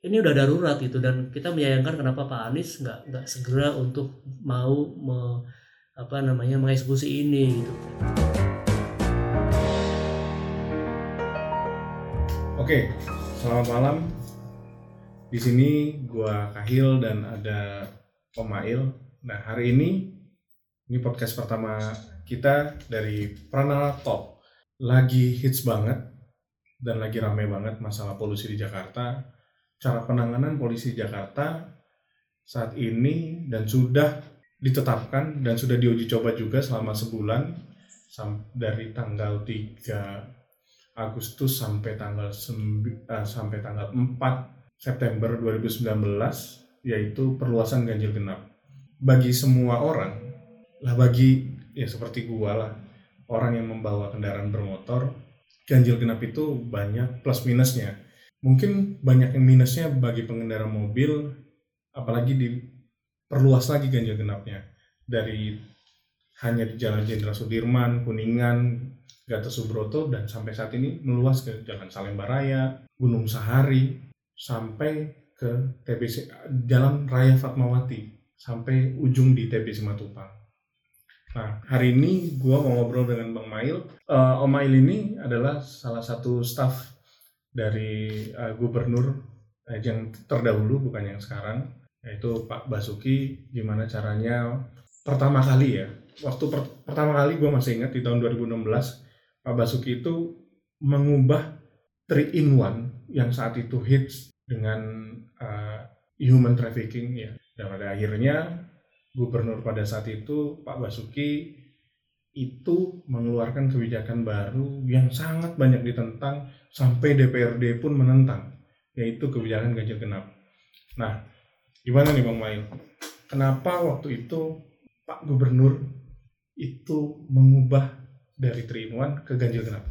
ini udah darurat gitu, dan kita menyayangkan kenapa Pak Anies nggak segera untuk mau mengeksekusi ini gitu. Oke, selamat malam. Di sini gua Kahil dan ada Om Mail. Nah, hari ini podcast pertama kita dari Pranala Talk. Lagi hits banget dan lagi rame banget masalah polusi di Jakarta. Cara penanganan polusi di Jakarta saat ini dan sudah ditetapkan dan sudah diuji coba juga selama sebulan dari tanggal 3 Agustus sampai tanggal 4 September 2019, yaitu perluasan ganjil genap. Bagi semua orang, seperti gua lah, orang yang membawa kendaraan bermotor, ganjil genap itu banyak plus minusnya. Mungkin banyak yang minusnya bagi pengendara mobil, apalagi diperluas lagi ganjil genapnya. Dari hanya di Jalan Jenderal Sudirman, Kuningan, Gatot Subroto, dan sampai saat ini meluas ke Jalan Salemba Raya, Gunung Sahari, sampai ke TBC Jalan Raya Fatmawati, sampai ujung di TBC Matupang. Nah, hari ini gue mau ngobrol dengan Bang Mail. Om Mail ini adalah salah satu staf dari gubernur yang terdahulu, bukan yang sekarang, yaitu Pak Basuki. Gimana caranya pertama kali ya, waktu pertama kali gue masih ingat di tahun 2016, Pak Basuki itu mengubah 3-in-1 yang saat itu hits dengan human trafficking ya. Dan pada akhirnya gubernur pada saat itu, Pak Basuki, itu mengeluarkan kebijakan baru yang sangat banyak ditentang, sampai DPRD pun menentang, yaitu kebijakan ganjil genap. Nah, gimana nih Bang Mail? Kenapa waktu itu Pak Gubernur itu mengubah dari 3-in-1 ke ganjil genap?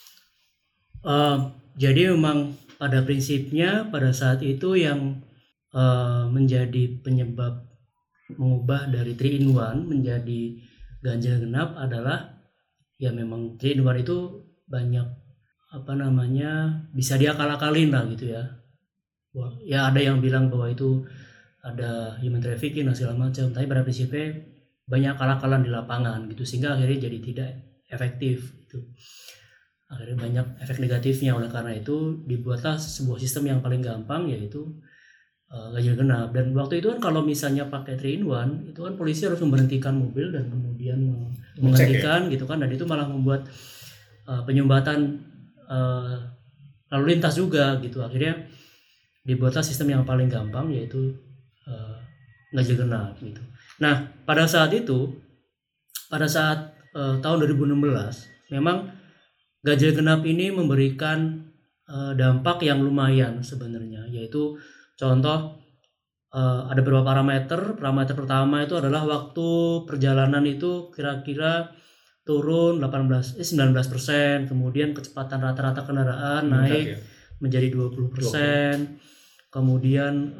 Jadi memang pada prinsipnya pada saat itu yang menjadi penyebab mengubah dari 3-in-1 menjadi ganjil genap adalah ya memang 3-in-1 itu banyak bisa diakal-akalin lah gitu ya. Ya ada yang bilang bahwa itu ada human trafficking dan segala macam, tapi pada prinsipnya banyak akal-akalan di lapangan gitu, sehingga akhirnya jadi tidak efektif gitu. Akhirnya banyak efek negatifnya. Oleh karena itu dibuatlah sebuah sistem yang paling gampang, yaitu ganjil genap. Dan waktu itu kan kalau misalnya pakai 3-in-1 itu kan polisi harus memberhentikan mobil dan kemudian menghentikan gitu kan, dan itu malah membuat penyumbatan lalu lintas juga gitu. Akhirnya dibuatlah sistem yang paling gampang, yaitu ganjil genap gitu. Nah, pada saat tahun 2016 memang ganjil genap ini memberikan dampak yang lumayan sebenarnya, yaitu contoh ada beberapa parameter. Parameter pertama itu adalah waktu perjalanan itu kira-kira turun 19%, kemudian kecepatan rata-rata kendaraan naik menjadi 20%. Kemudian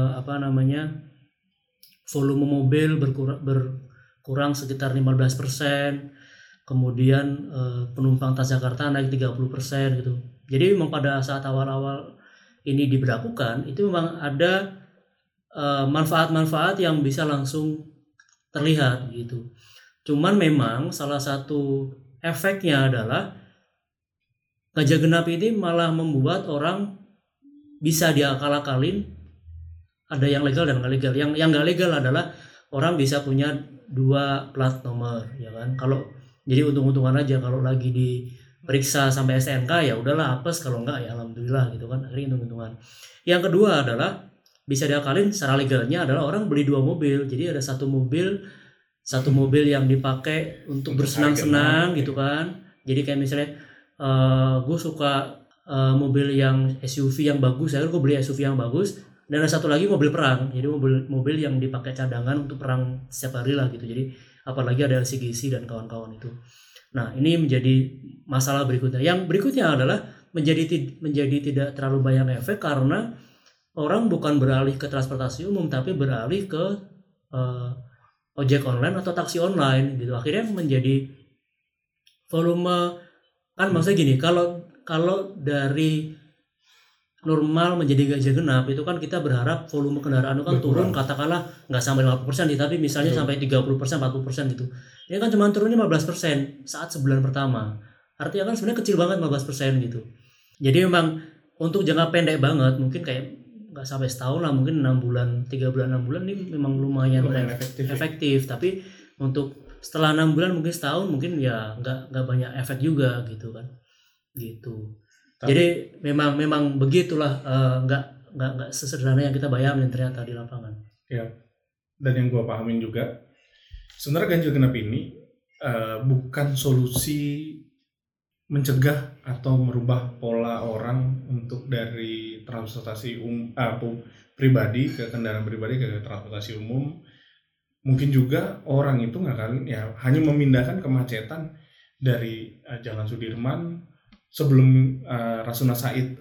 volume mobil berkurang sekitar 15%. Kemudian penumpang Transjakarta naik 30% gitu. Jadi memang pada saat awal-awal ini diberlakukan itu memang ada manfaat-manfaat yang bisa langsung terlihat gitu. Cuman memang salah satu efeknya adalah ganjil genap ini malah membuat orang bisa diakal-akalin. Ada yang legal dan nggak legal. Yang nggak legal adalah orang bisa punya 2 plat nomor, ya kan? Jadi untung-untungan aja kalau lagi diperiksa sampai STNK ya udahlah apes, kalau enggak ya alhamdulillah gitu kan, akhirnya untung-untungan. Yang kedua adalah bisa diakalin secara legalnya adalah orang beli 2 mobil. Jadi ada satu mobil yang dipakai untuk bersenang-senang gitu kan. Jadi kayak misalnya gue suka mobil yang SUV yang bagus, akhirnya gue beli SUV yang bagus. Dan ada satu lagi mobil perang, jadi mobil yang dipakai cadangan untuk perang setiap hari lah gitu. Jadi apalagi ada LCGC dan kawan-kawan itu. Nah, ini menjadi masalah berikutnya. Yang berikutnya adalah menjadi tidak terlalu banyak efek karena orang bukan beralih ke transportasi umum, tapi beralih ke ojek online atau taksi online gitu. Akhirnya menjadi volume kan, maksudnya gini, kalau dari normal menjadi ganjil genap itu kan kita berharap volume kendaraan itu kan turun, katakanlah nggak sampai 50% nih, tapi misalnya sampai 30%, 40% gitu. Ini kan cuma turunnya 15% saat sebulan pertama. Artinya kan sebenarnya kecil banget 15% gitu. Jadi memang untuk jangka pendek banget, mungkin kayak nggak sampai setahun lah, mungkin 6 bulan, 3 bulan, 6 bulan ini memang lumayan efektif. Tapi untuk setelah 6 bulan mungkin setahun mungkin ya nggak banyak efek juga gitu kan. Gitu. Jadi memang begitulah, nggak sesederhana yang kita bayangin ternyata di lapangan. Ya, dan yang gue pahamin juga, sebenarnya ganjil genap ini bukan solusi mencegah atau merubah pola orang untuk dari transportasi pribadi ke kendaraan pribadi ke transportasi umum. Mungkin juga orang itu nggak akan ya hanya memindahkan kemacetan dari Jalan Sudirman sebelum Rasuna Said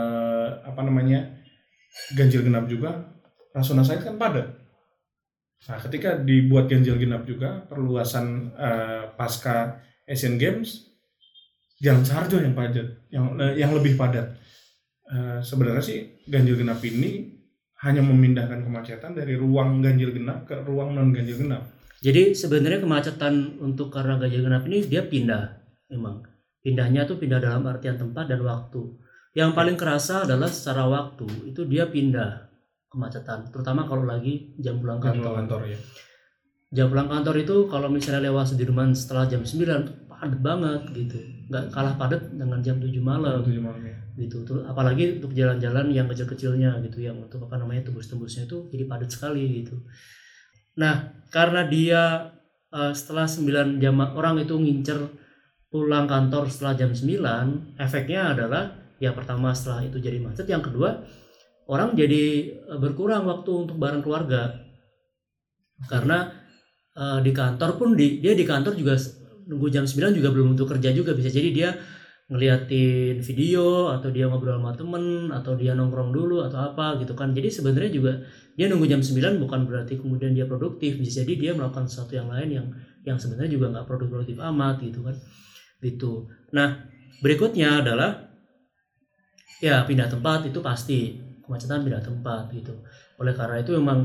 ganjil genap juga. Rasuna Said kan padat. Nah, ketika dibuat ganjil genap juga perluasan pasca Asian Games, Jalan Sarjo yang padat, yang lebih padat. Sebenarnya sih ganjil genap ini hanya memindahkan kemacetan dari ruang ganjil genap ke ruang non ganjil genap. Jadi sebenarnya kemacetan untuk karena ganjil genap ini dia pindah, memang pindahnya tuh pindah dalam artian tempat dan waktu. Yang paling kerasa adalah secara waktu itu dia pindah kemacetan, terutama kalau lagi jam pulang kantor. Ya. Jam pulang kantor itu kalau misalnya lewat Sudirman setelah jam 9 padat banget gitu, nggak kalah padat dengan jam 7 malam. Ya. Gitu. Terus apalagi untuk jalan-jalan yang kecil-kecilnya gitu, yang untuk tembus-tembusnya itu jadi padat sekali gitu. Nah, karena dia setelah 9 jam orang itu ngincer pulang kantor setelah jam 9, efeknya adalah ya pertama setelah itu jadi macet, yang kedua orang jadi berkurang waktu untuk bareng keluarga. Karena di kantor pun dia di kantor juga nunggu jam 9 juga belum untuk kerja juga, bisa jadi dia ngeliatin video atau dia ngobrol sama temen atau dia nongkrong dulu atau apa gitu kan. Jadi sebenarnya juga dia nunggu jam 9 bukan berarti kemudian dia produktif, bisa jadi dia melakukan sesuatu yang lain yang sebenarnya juga nggak produktif amat gitu kan. Gitu. Nah, berikutnya adalah ya pindah tempat, itu pasti kemacetan pindah tempat gitu. Oleh karena itu memang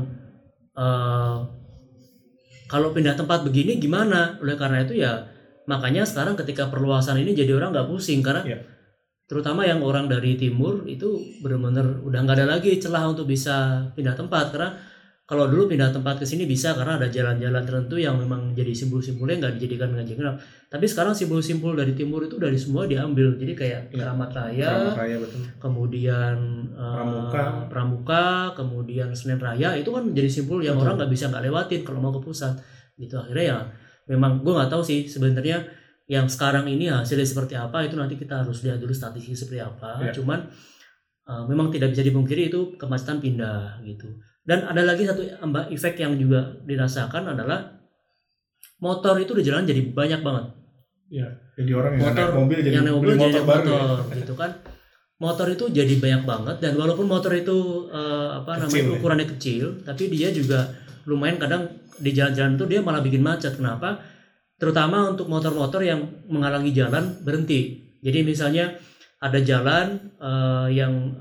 kalau pindah tempat begini gimana? Oleh karena itu ya makanya sekarang ketika perluasan ini jadi orang nggak pusing, karena terutama yang orang dari timur itu benar-benar udah nggak ada lagi celah untuk bisa pindah tempat. Karena kalau dulu pindah tempat ke sini bisa karena ada jalan-jalan tertentu yang memang jadi simbol-simbolnya nggak dijadikan ganjil genap. Tapi sekarang simbol-simbol dari timur itu dari semua diambil. Jadi kayak Keramat Raya betul. Kemudian Pramuka, kemudian Senen Raya itu kan jadi simbol yang betul. Orang nggak bisa nggak lewatin kalau mau ke pusat. Gitu akhirnya ya. Memang gue nggak tahu sih sebenarnya yang sekarang ini hasilnya seperti apa, itu nanti kita harus lihat dulu statistik seperti apa. Cuman memang tidak bisa dipungkiri itu kemacetan pindah gitu. Dan ada lagi satu efek yang juga dirasakan adalah motor itu di jalan jadi banyak banget. Ya, jadi orang yang naik mobil jadi motor baru gitu kan. Motor itu jadi banyak banget, dan walaupun motor itu ukurannya kecil, tapi dia juga lumayan kadang di jalan-jalan itu dia malah bikin macet. Kenapa? Terutama untuk motor-motor yang menghalangi jalan berhenti. Jadi misalnya ada jalan yang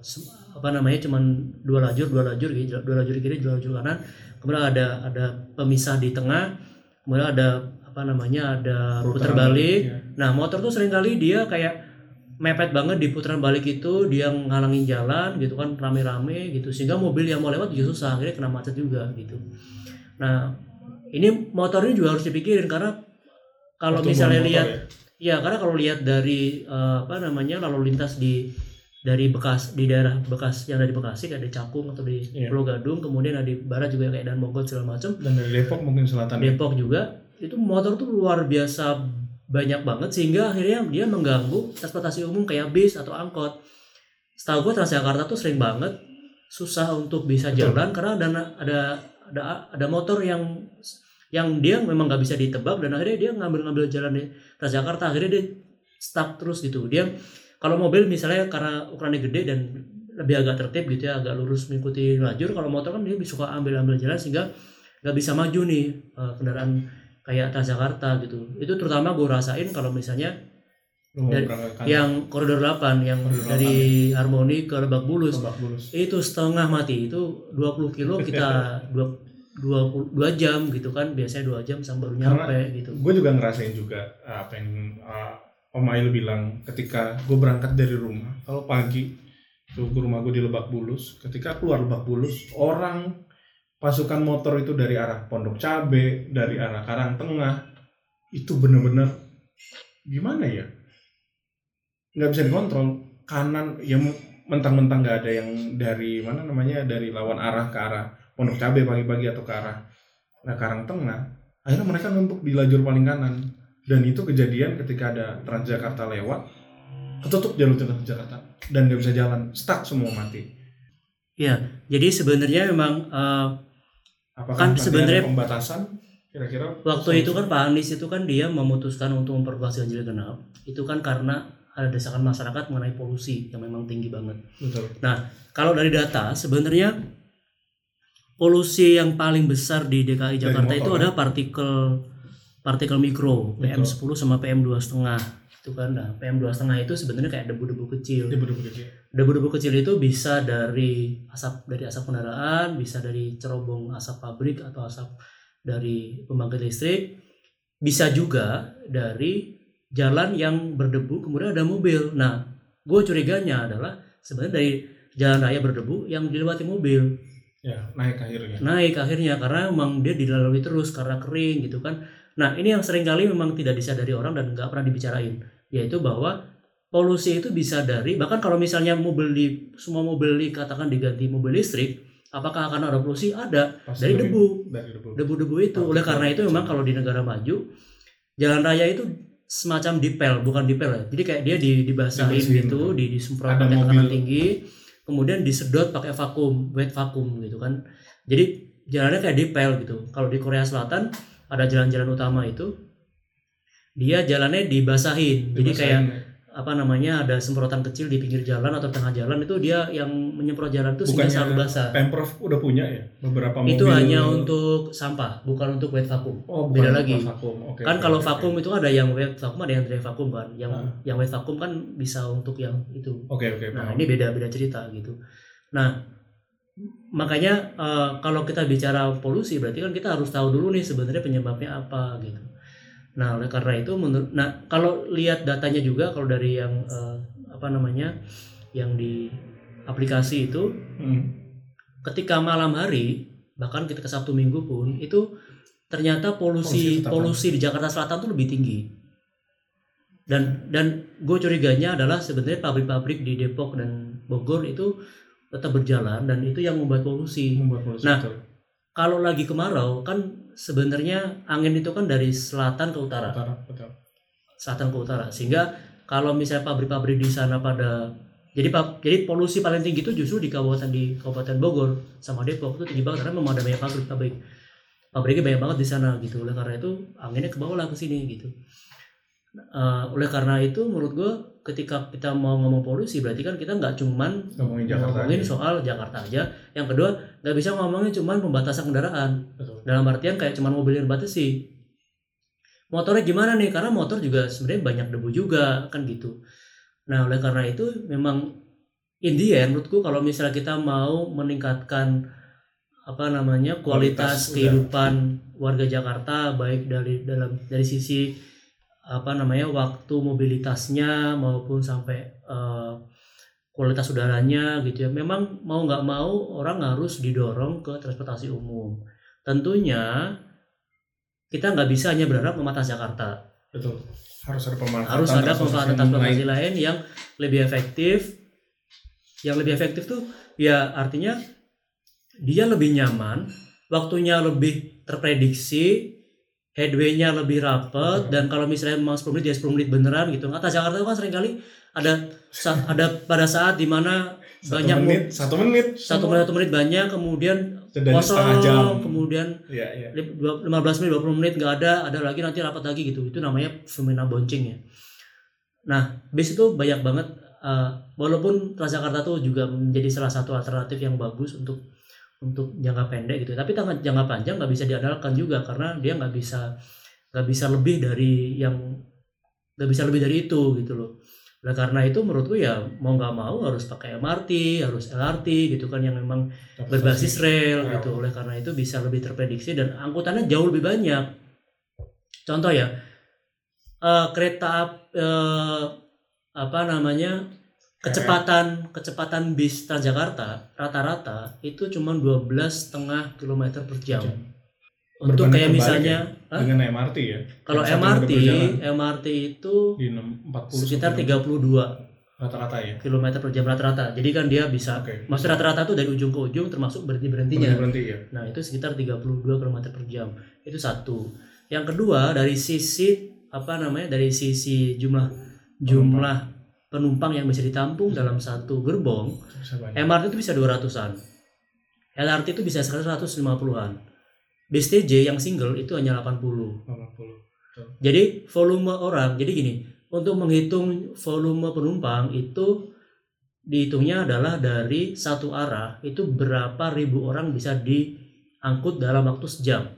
cuman dua lajur gitu, dua lajur kiri, dua lajur kanan. Kemudian ada pemisah di tengah. Kemudian ada putar balik. Ya. Nah, motor tuh seringkali dia kayak mepet banget di putaran balik itu, dia ngalangin jalan gitu kan, rame-rame gitu, sehingga mobil yang mau lewat juga susah, akhirnya kena macet juga gitu. Nah, ini motornya juga harus dipikirin, karena kalau misalnya lihat karena kalau lihat dari lalu lintas di daerah Bekas, yang dari Bekasi kayak di Cakung atau di Pulau Gadung, kemudian ada di barat juga kayak dan Bogor segala macam, dan dari Depok mungkin selatan. Depok juga itu motor tuh luar biasa banyak banget, sehingga akhirnya dia mengganggu transportasi umum kayak bis atau angkot. Setahu gue Transjakarta tuh sering banget susah untuk bisa jalan karena ada motor yang dia memang nggak bisa ditebak, dan akhirnya dia ngambil jalan di Transjakarta, akhirnya dia stuck terus gitu. Dia kalau mobil misalnya karena ukurannya gede dan lebih agak tertib gitu ya, agak lurus mengikuti lajur, kalau motor kan dia suka ambil jalan sehingga nggak bisa maju nih kendaraan kayak Transjakarta gitu. Itu terutama gue rasain kalau misalnya Mau dari berangkat kantor, yang koridor 8 yang Koridor dari Harmoni ke Lebak Bulus Lebak Bulus. itu setengah mati, itu 20 kilo kita 2 jam gitu kan, biasanya 2 jam sampai baru nyampe gitu. Gue juga ngerasain juga apa yang Om Ail bilang, ketika gue berangkat dari rumah, kalau pagi tuh rumah gue di Lebak Bulus, ketika keluar Lebak Bulus, orang pasukan motor itu dari arah Pondok Cabe, dari arah Karangtengah, itu bener-bener gimana ya, nggak bisa dikontrol. Kanan ya mentang-mentang nggak ada yang dari mana namanya, dari lawan arah ke arah Pondok Cabe pagi-pagi atau ke arah Karangtengah, akhirnya mereka numpuk di lajur paling kanan. Dan itu kejadian ketika ada Transjakarta lewat, ketutup jalur Transjakarta dan nggak bisa jalan, stuck semua, mati. Ya, jadi sebenarnya memang Apakah kan sebenarnya pembatasan kira-kira waktu itu kan Pak Anies itu kan dia memutuskan untuk memperluas ganjil genap itu kan karena ada desakan masyarakat mengenai polusi yang memang tinggi banget. Betul. Nah, kalau dari data sebenarnya polusi yang paling besar di DKI Jakarta itu ada partikel mikro, PM10 sama PM2,5 itu kan. Nah, PM2,5 itu sebenarnya kayak debu-debu kecil. Debu-debu kecil itu bisa dari asap kendaraan, bisa dari cerobong asap pabrik atau asap dari pembangkit listrik, bisa juga dari jalan yang berdebu kemudian ada mobil. Nah, gue curiganya adalah sebenarnya dari jalan raya berdebu yang dilewati mobil. Ya, naik akhirnya karena memang dia dilalui terus karena kering gitu kan. Nah, ini yang seringkali memang tidak disadari orang dan nggak pernah dibicarain, yaitu bahwa polusi itu bisa dari, bahkan kalau misalnya semua mobil dikatakan diganti mobil listrik, apakah akan ada polusi? Ada. Dari debu itu. Oleh karena itu memang kalau di negara maju, jalan raya itu semacam bukan dipel ya. Jadi kayak dia dibasahin gitu, disemprot pakai tekanan tinggi, kemudian disedot pakai wet vacuum gitu kan. Jadi jalannya kayak dipel gitu. Kalau di Korea Selatan ada jalan-jalan utama itu, dia jalannya dibasahin. Jadi kayak ada semprotan kecil di pinggir jalan atau tengah jalan, itu dia yang menyemprot jalan itu sehingga selalu basah. Pemprov udah punya ya beberapa mobil. Itu hanya untuk sampah, bukan untuk wet vacuum. Beda lagi. Kan kalau vacuum itu ada yang wet vacuum, ada yang dry vacuum kan. Yang wet vacuum kan bisa untuk yang itu. Nah, ini beda cerita gitu. Nah, makanya kalau kita bicara polusi berarti kan kita harus tahu dulu nih sebenarnya penyebabnya apa gitu. Nah, oleh karena itu kalau lihat datanya juga, kalau dari yang yang di aplikasi itu, ketika malam hari bahkan ketika Sabtu Minggu pun itu ternyata polusi di Jakarta Selatan tuh lebih tinggi. Dan gue curiganya adalah sebenarnya pabrik-pabrik di Depok dan Bogor itu tetap berjalan dan itu yang membuat polusi. Nah, kalau lagi kemarau kan sebenarnya angin itu kan dari selatan ke utara. Selatan ke utara. Sehingga kalau misalnya pabrik-pabrik di sana jadi polusi paling tinggi itu justru di Kabupaten Bogor sama Depok itu tinggi banget karena memang ada banyak pabrik. Pabriknya banyak banget di sana gitu. Oleh karena itu anginnya ke bawah lah ke sini gitu. Oleh karena itu menurut gue ketika kita mau ngomong polusi berarti kan kita nggak cuman ngomongin soal Jakarta aja. Yang kedua nggak bisa ngomongin cuman pembatasan kendaraan. Betul. Dalam artian kayak cuman mobil yang dibatasi. Motornya gimana nih? Karena motor juga sebenarnya banyak debu juga kan gitu. Nah, oleh karena itu memang in the end menurutku kalau misalnya kita mau meningkatkan kualitas kehidupan warga Jakarta, baik dari sisi waktu mobilitasnya maupun sampai kualitas udaranya gitu ya, memang mau nggak mau orang harus didorong ke transportasi umum. Tentunya kita nggak bisa hanya berharap mematah Jakarta. Betul. Harus ada pemanfaatan transportasi lain yang lebih efektif. Yang lebih efektif tuh ya artinya dia lebih nyaman, waktunya lebih terprediksi, headway-nya lebih rapet, dan kalau misalnya memang 10 menit ya 10 menit beneran gitu. Atas Jakarta kan seringkali ada pada saat dimana banyak 1 menit banyak, kemudian kosong, kemudian 15 menit 20 menit nggak ada lagi, nanti rapat lagi gitu. Itu namanya fenomena bonceng ya. Nah, bis itu banyak banget, walaupun Transjakarta tuh juga menjadi salah satu alternatif yang bagus untuk jangka pendek gitu, tapi jangka panjang nggak bisa diandalkan juga karena dia nggak bisa lebih dari yang nggak bisa lebih dari itu gitu loh. Nah karena itu menurutku ya mau nggak mau harus pakai MRT, harus LRT gitu kan yang memang berbasis rel gitu. Oleh karena itu bisa lebih terprediksi dan angkutannya jauh lebih banyak. Contoh ya, kereta kecepatan bis Transjakarta rata-rata itu cuma 12,5 km per jam. Untuk kayak misalnya dengan MRT ya. Kalau MRT itu di 40 sekitar 32 rata-rata ya. kilometer per jam rata-rata. Jadi kan dia bisa maksud rata-rata tuh dari ujung ke ujung termasuk berhentinya. Berhenti ya. Nah, itu sekitar 32 km per jam. Itu satu. Yang kedua dari sisi dari sisi jumlah penumpang yang bisa ditampung dalam satu gerbong, MRT itu bisa 200-an. LRT itu bisa 150-an. Bis TJ yang single itu hanya 80. Jadi volume orang, jadi gini, untuk menghitung volume penumpang itu dihitungnya adalah dari satu arah itu berapa ribu orang bisa diangkut dalam waktu sejam.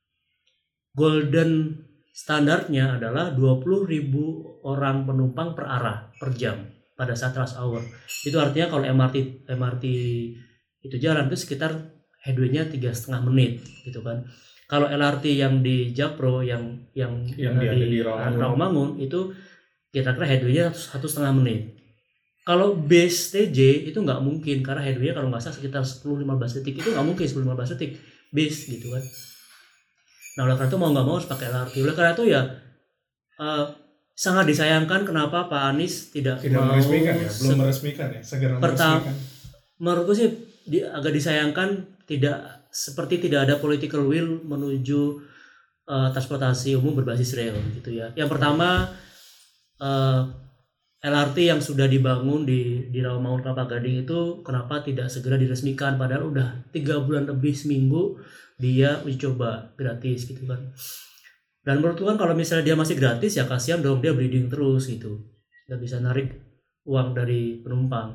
Golden standarnya adalah 20.000 orang penumpang per arah per jam pada saat rush hour. Itu artinya kalau MRT itu jalan itu sekitar headway-nya 3,5 menit gitu kan. Kalau LRT yang di Jakpro yang di Rawamangun itu kira-kira headway-nya 1,5 menit. Kalau bis TJ itu nggak mungkin karena headway-nya kalau nggak salah sekitar 10-15 detik, itu nggak mungkin 10-15 detik bis gitu kan. Nah oleh karena itu mau nggak mau harus pakai LRT. Oleh karena itu ya sangat disayangkan kenapa Pak Anies tidak mau meresmikan ya, belum meresmikan ya, segera meresmikan. Menurutku sih agak disayangkan tidak ada political will menuju transportasi umum berbasis rel gitu ya. Yang pertama LRT yang sudah dibangun di Rawamangun Kelapa Gading itu kenapa tidak segera diresmikan, padahal udah 3 bulan lebih, seminggu dia uji coba gratis gitu kan. Dan menurutku kan kalau misalnya dia masih gratis ya kasihan dong, dia bleeding terus gitu, nggak bisa narik uang dari penumpang.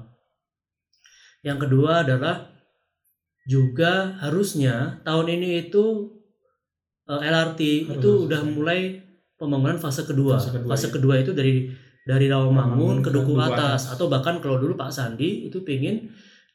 Yang kedua adalah juga harusnya tahun ini itu LRT itu udah mulai pembangunan fase kedua. Fase kedua itu dari Rawamangun ke Duku Atas, atau bahkan kalau dulu Pak Sandi itu pingin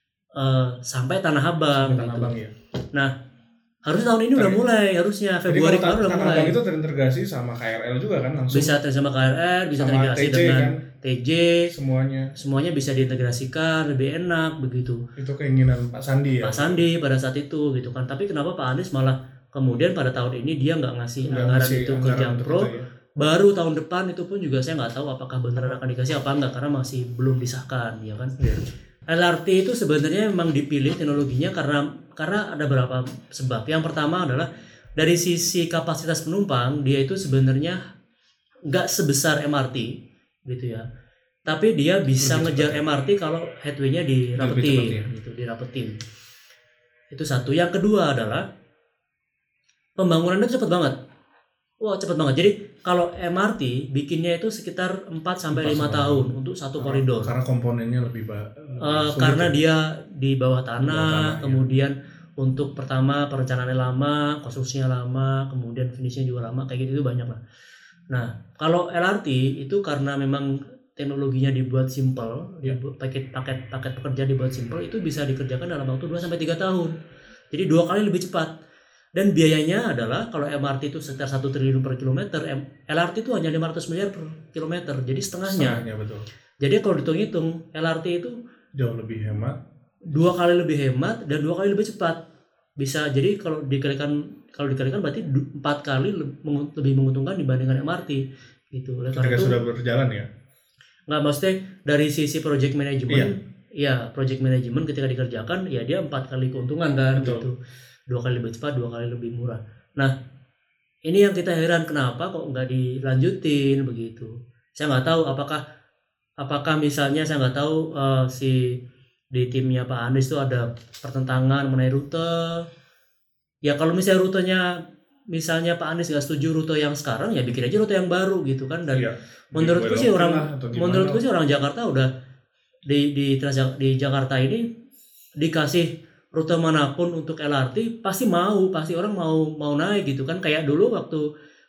sampai Tanah Abang gitu. Ya. Nah, harus tahun ini udah mulai, harusnya Februari baru udah mulai. Tanah Abang itu terintegrasi sama KRL juga kan langsung. Bisa sama KRL, bisa terintegrasi dengan kan? TJ, semuanya bisa diintegrasikan, lebih enak begitu. Itu keinginan Pak Sandi ya. Pak Sandi pada saat itu gitu kan. Tapi kenapa Pak Anies malah kemudian pada tahun ini dia nggak ngasih anggaran itu ke Jakpro? Ya. Baru tahun depan itu pun juga saya nggak tahu apakah beneran akan dikasih apa enggak karena masih belum disahkan ya kan. Yeah. LRT itu sebenarnya memang dipilih teknologinya karena ada beberapa sebab. Yang pertama adalah dari sisi kapasitas penumpang dia itu sebenarnya nggak sebesar MRT gitu ya, tapi dia bisa ngejar MRT kalau headway-nya dirapetin. Itu satu. Yang kedua adalah pembangunannya cepat banget. Cepat banget. Jadi kalau MRT bikinnya itu sekitar 4-5 tahun untuk satu koridor. Karena komponennya lebih karena dia di bawah tanah, kemudian untuk pertama perencanaannya lama, konstruksinya lama, kemudian finishnya juga lama, kayak gitu itu banyak lah. Nah, kalau LRT itu karena memang teknologinya dibuat simple, paket pekerja dibuat simple, itu bisa dikerjakan dalam waktu 2-3 tahun. Jadi 2 kali lebih cepat. Dan biayanya adalah kalau MRT itu sekitar 1 triliun per kilometer, LRT itu hanya 500 miliar per kilometer, jadi setengahnya. Betul. Jadi kalau dihitung LRT itu jauh lebih hemat, 2 kali lebih hemat dan 2 kali lebih cepat. Bisa jadi kalau dikalikan berarti 4 kali lebih menguntungkan dibandingkan MRT gitu. Ketika sudah berjalan ya. Nggak, maksudnya dari sisi project management, ya project management ketika dikerjakan ya dia 4 kali keuntungan kan. Betul. Gitu. 2 kali lebih cepat, 2 kali lebih murah. Nah, ini yang kita heran kenapa kok nggak dilanjutin begitu. Saya nggak tahu apakah misalnya saya nggak tahu di timnya Pak Anies itu ada pertentangan mengenai rute. Ya kalau misalnya rutenya, misalnya Pak Anies nggak setuju rute yang sekarang, ya bikin aja rute yang baru gitu kan. Dan menurutku sih orang Jakarta udah di Jakarta ini dikasih rute manapun untuk LRT pasti orang mau naik gitu kan. Kayak dulu waktu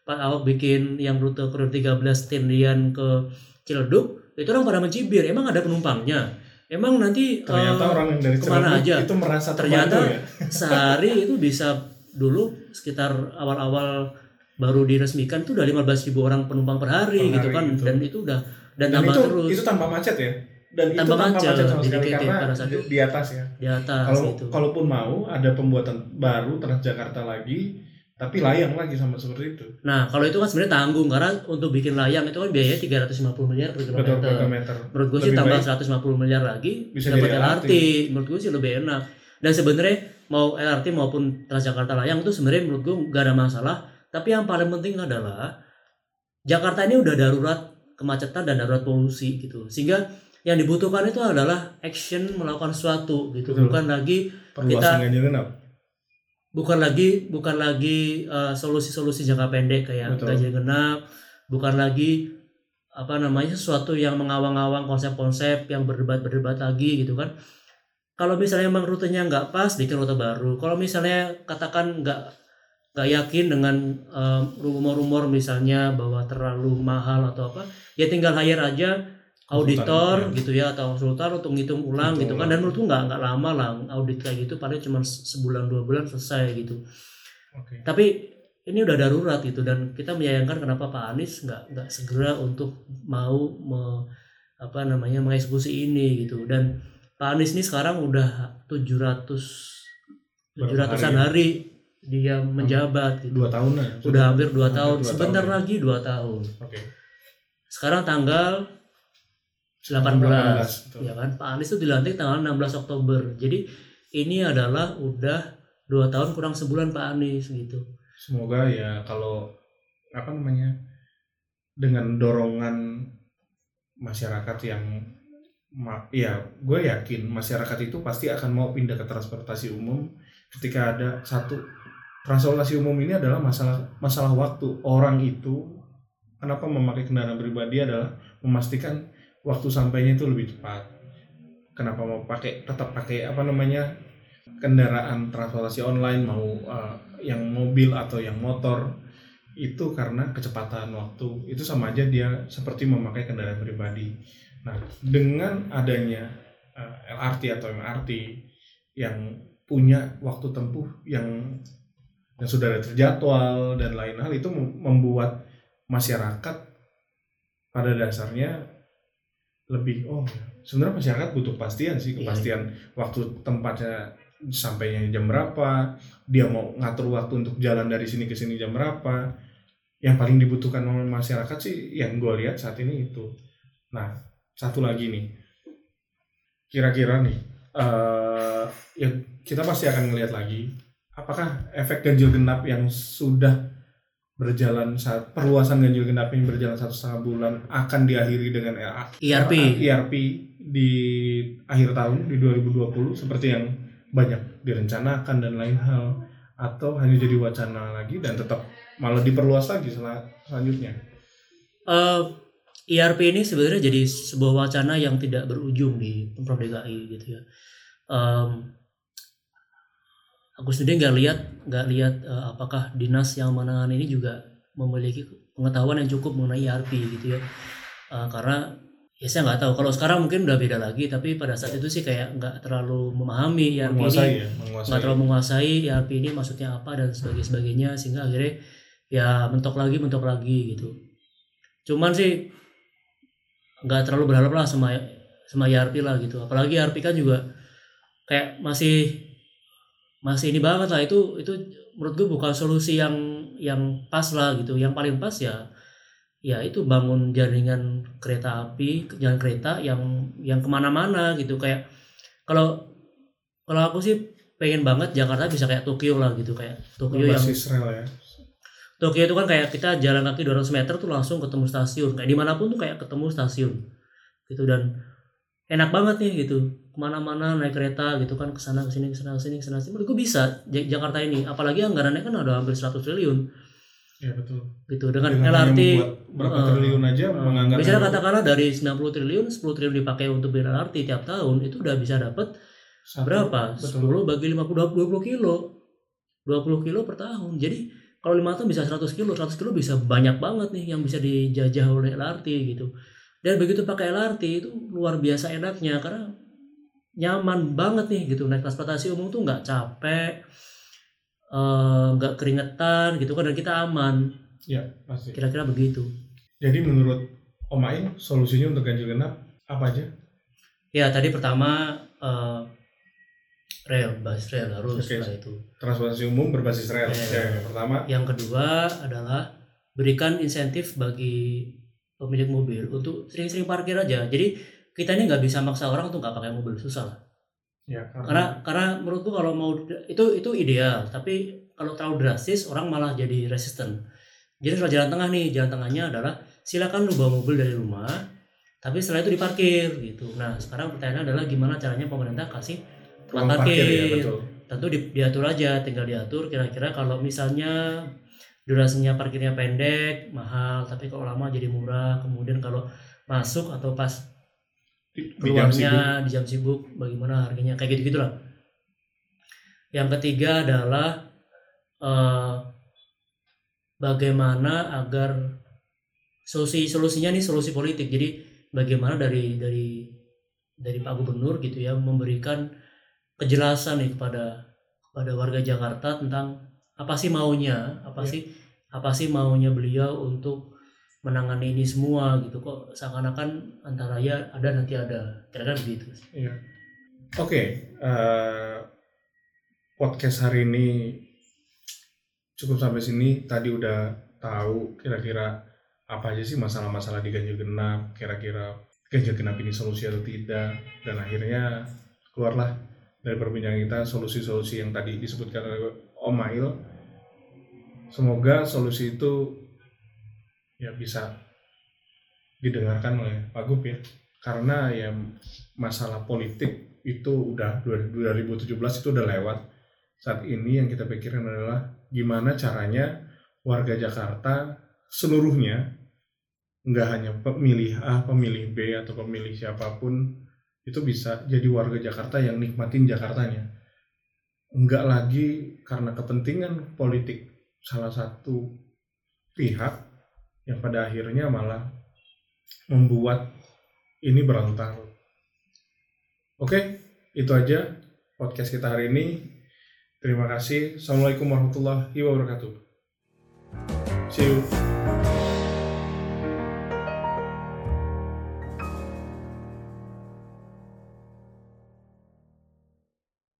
Pak Ahok bikin yang rute koridor 13 Tendian ke Ciledug, itu orang pada mencibir, emang ada penumpangnya, emang nanti Ternyata orang yang dari kemana Ciledug aja itu merasa ternyata terbantu ya. sehari itu bisa dulu sekitar awal-awal baru diresmikan itu udah 15.000 orang penumpang per hari gitu kan, gitu. dan itu udah dan Dan tambah itu, terus itu tanpa macet ya. Dan tanpa itu tanpa macet, macet sama jadi sekali titik karena pada saat itu di atas ya. di atas gitu. Kalaupun mau ada pembuatan baru Transjakarta lagi, tapi layang lagi sama seperti itu. Nah kalau itu kan sebenarnya tanggung, karena untuk bikin layang itu kan biayanya 350 miliar per Betul, per kilometer. kilometer. Menurut gue sih Lebih tambah baik 150 miliar lagi bisa dapat jadi LRT. LRT. Menurut gue sih lebih enak. Dan sebenarnya mau LRT maupun Transjakarta layang itu sebenarnya menurut gue gak ada masalah. Tapi yang paling penting adalah Jakarta ini udah darurat kemacetan dan darurat polusi gitu. Sehingga yang dibutuhkan itu adalah action, melakukan sesuatu gitu. Betul. Bukan lagi Perluasan ganjil genap. bukan lagi solusi-solusi jangka pendek kayak Betul. ganjil genap, bukan lagi sesuatu yang mengawang-awang konsep-konsep yang berdebat lagi gitu kan. Kalau misalnya emang rutenya nggak pas, bikin rute baru. Kalau misalnya katakan nggak yakin dengan rumor-rumor misalnya bahwa terlalu mahal atau apa, ya tinggal hire aja auditor gitu ya, atau konsultan untuk ngitung ulang gitu kan. Dan menurutku nggak lama lah audit kayak gitu, paling cuma sebulan 2 bulan selesai gitu. Okay. Tapi ini udah darurat gitu, dan kita menyayangkan kenapa Pak Anies nggak segera untuk mau mengeksekusi ini gitu. Dan Pak Anies ini sekarang udah 700-an hari dia menjabat gitu. 2 tahunan. Udah hampir 2 tahun. Sebentar lagi 2 tahun. Okay. Sekarang tanggal 18 ya kan, Pak Anies itu dilantik tanggal 16 Oktober. Jadi ini adalah udah 2 tahun kurang sebulan Pak Anies gitu. Semoga ya kalau dengan dorongan masyarakat yang ya gue yakin masyarakat itu pasti akan mau pindah ke transportasi umum ketika ada satu transportasi umum ini adalah masalah waktu. Orang itu kenapa memakai kendaraan pribadi adalah memastikan waktu sampainya itu lebih cepat. Kenapa mau tetap pakai kendaraan transportasi online, mau yang mobil atau yang motor, itu karena kecepatan waktu. Itu sama aja dia seperti memakai kendaraan pribadi. Nah, dengan adanya LRT atau MRT yang punya waktu tempuh yang sudah ada terjadwal dan lain hal, itu membuat masyarakat pada dasarnya lebih sebenarnya masyarakat butuh kepastian waktu tempatnya sampainya jam berapa, dia mau ngatur waktu untuk jalan dari sini ke sini jam berapa. Yang paling dibutuhkan oleh masyarakat sih yang gue lihat saat ini itu. Nah, satu lagi nih, kira-kira nih ya kita pasti akan ngelihat lagi apakah efek ganjil genap yang sudah berjalan saat perluasan ganjil genap ini berjalan 1,5 bulan akan diakhiri dengan ERP di akhir tahun di 2020 seperti yang banyak direncanakan dan lain hal, atau hanya jadi wacana lagi dan tetap malah diperluas lagi selanjutnya. ERP ini sebenarnya jadi sebuah wacana yang tidak berujung di Pemprov DKI gitu ya. Aku sendiri nggak lihat apakah dinas yang menangani ini juga memiliki pengetahuan yang cukup mengenai ERP gitu ya. Karena ya saya nggak tahu, kalau sekarang mungkin udah beda lagi, tapi pada saat itu sih kayak nggak terlalu memahami ERP ini, nggak terlalu menguasai ERP ini maksudnya apa dan sebagainya, sehingga akhirnya ya mentok lagi gitu. Cuman sih nggak terlalu berharap lah sama ERP lah gitu, apalagi ERP kan juga kayak masih ini banget lah, itu menurut gue bukan solusi yang pas lah gitu. Yang paling pas ya itu bangun jaringan kereta api, jalan kereta yang kemana-mana gitu. Kayak kalau aku sih pengen banget Jakarta bisa kayak Tokyo lah gitu, kayak Tokyo yang rel ya. Tokyo itu kan kayak kita jalan kaki 200 meter tuh langsung ketemu stasiun, kayak dimanapun tuh kayak ketemu stasiun gitu, dan enak banget nih gitu, kemana-mana naik kereta gitu kan, kesana kesini. Menurut gue bisa Jakarta ini, apalagi anggarannya kan ada hampir 100 triliun. Ya betul. Gitu dengan LRT berapa triliun aja menganggarkan. Misalnya katakanlah dari 90 triliun, 10 triliun dipakai untuk biaya LRT tiap tahun, itu udah bisa dapat berapa? Betul. 10 bagi 50, 20 kilo per tahun. Jadi kalau 5 tahun bisa 100 kilo bisa banyak banget nih yang bisa dijajah oleh LRT gitu. Dan begitu pakai LRT itu luar biasa enaknya karena nyaman banget nih gitu, naik transportasi umum tuh nggak capek, nggak keringetan gitu kan, dan kita aman. Ya, pasti. Kira-kira begitu. Jadi menurut Om Aing, solusinya untuk ganjil genap apa aja? Ya tadi pertama basis rel harus. Oke. Setelah itu Transportasi umum berbasis rel. Yang pertama. Yang kedua adalah berikan insentif bagi pemilik mobil untuk sering-sering parkir aja. Jadi kita ini nggak bisa maksa orang untuk nggak pakai mobil, susah lah. Ya, karena menurutku kalau mau itu ideal, tapi kalau terlalu drastis orang malah jadi resisten. Jadi kalau jalan tengah nih, jalan tengahnya adalah silakan lu bawa mobil dari rumah, tapi setelah itu diparkir gitu. Nah sekarang pertanyaannya adalah gimana caranya pemerintah kasih tempat parkir. Ya, betul. Tentu diatur aja, tinggal diatur kira-kira kalau misalnya durasinya parkirnya pendek mahal, tapi kalau lama jadi murah. Kemudian kalau masuk atau pas keluarnya di jam sibuk bagaimana harganya, kayak gitu-gitulah. Yang ketiga adalah bagaimana agar solusinya nih solusi politik. Jadi bagaimana dari Pak Gubernur gitu ya memberikan kejelasan nih kepada warga Jakarta tentang apa sih maunya, apa sih maunya beliau untuk menangani ini semua gitu. Kok seakan-akan antara ya ada nanti ada, kira-kira begitu. Iya. Oke, podcast hari ini cukup sampai sini. Tadi udah tahu kira-kira apa aja sih masalah-masalah di ganjil genap, kira-kira ganjil genap ini solusi atau tidak, dan akhirnya keluarlah dari perbincangan kita solusi-solusi yang tadi disebutkan oleh Om Mail. Semoga solusi itu ya bisa didengarkan oleh Pak Gub ya, karena ya masalah politik itu udah 2017 itu udah lewat. Saat ini yang kita pikirkan adalah gimana caranya warga Jakarta seluruhnya, nggak hanya pemilih A, pemilih B, atau pemilih siapapun, itu bisa jadi warga Jakarta yang nikmatin Jakartanya. Nggak lagi karena kepentingan politik salah satu pihak yang pada akhirnya malah membuat ini berlarut-larut. Oke, itu aja podcast kita hari ini. Terima kasih. Assalamualaikum warahmatullahi wabarakatuh. See you.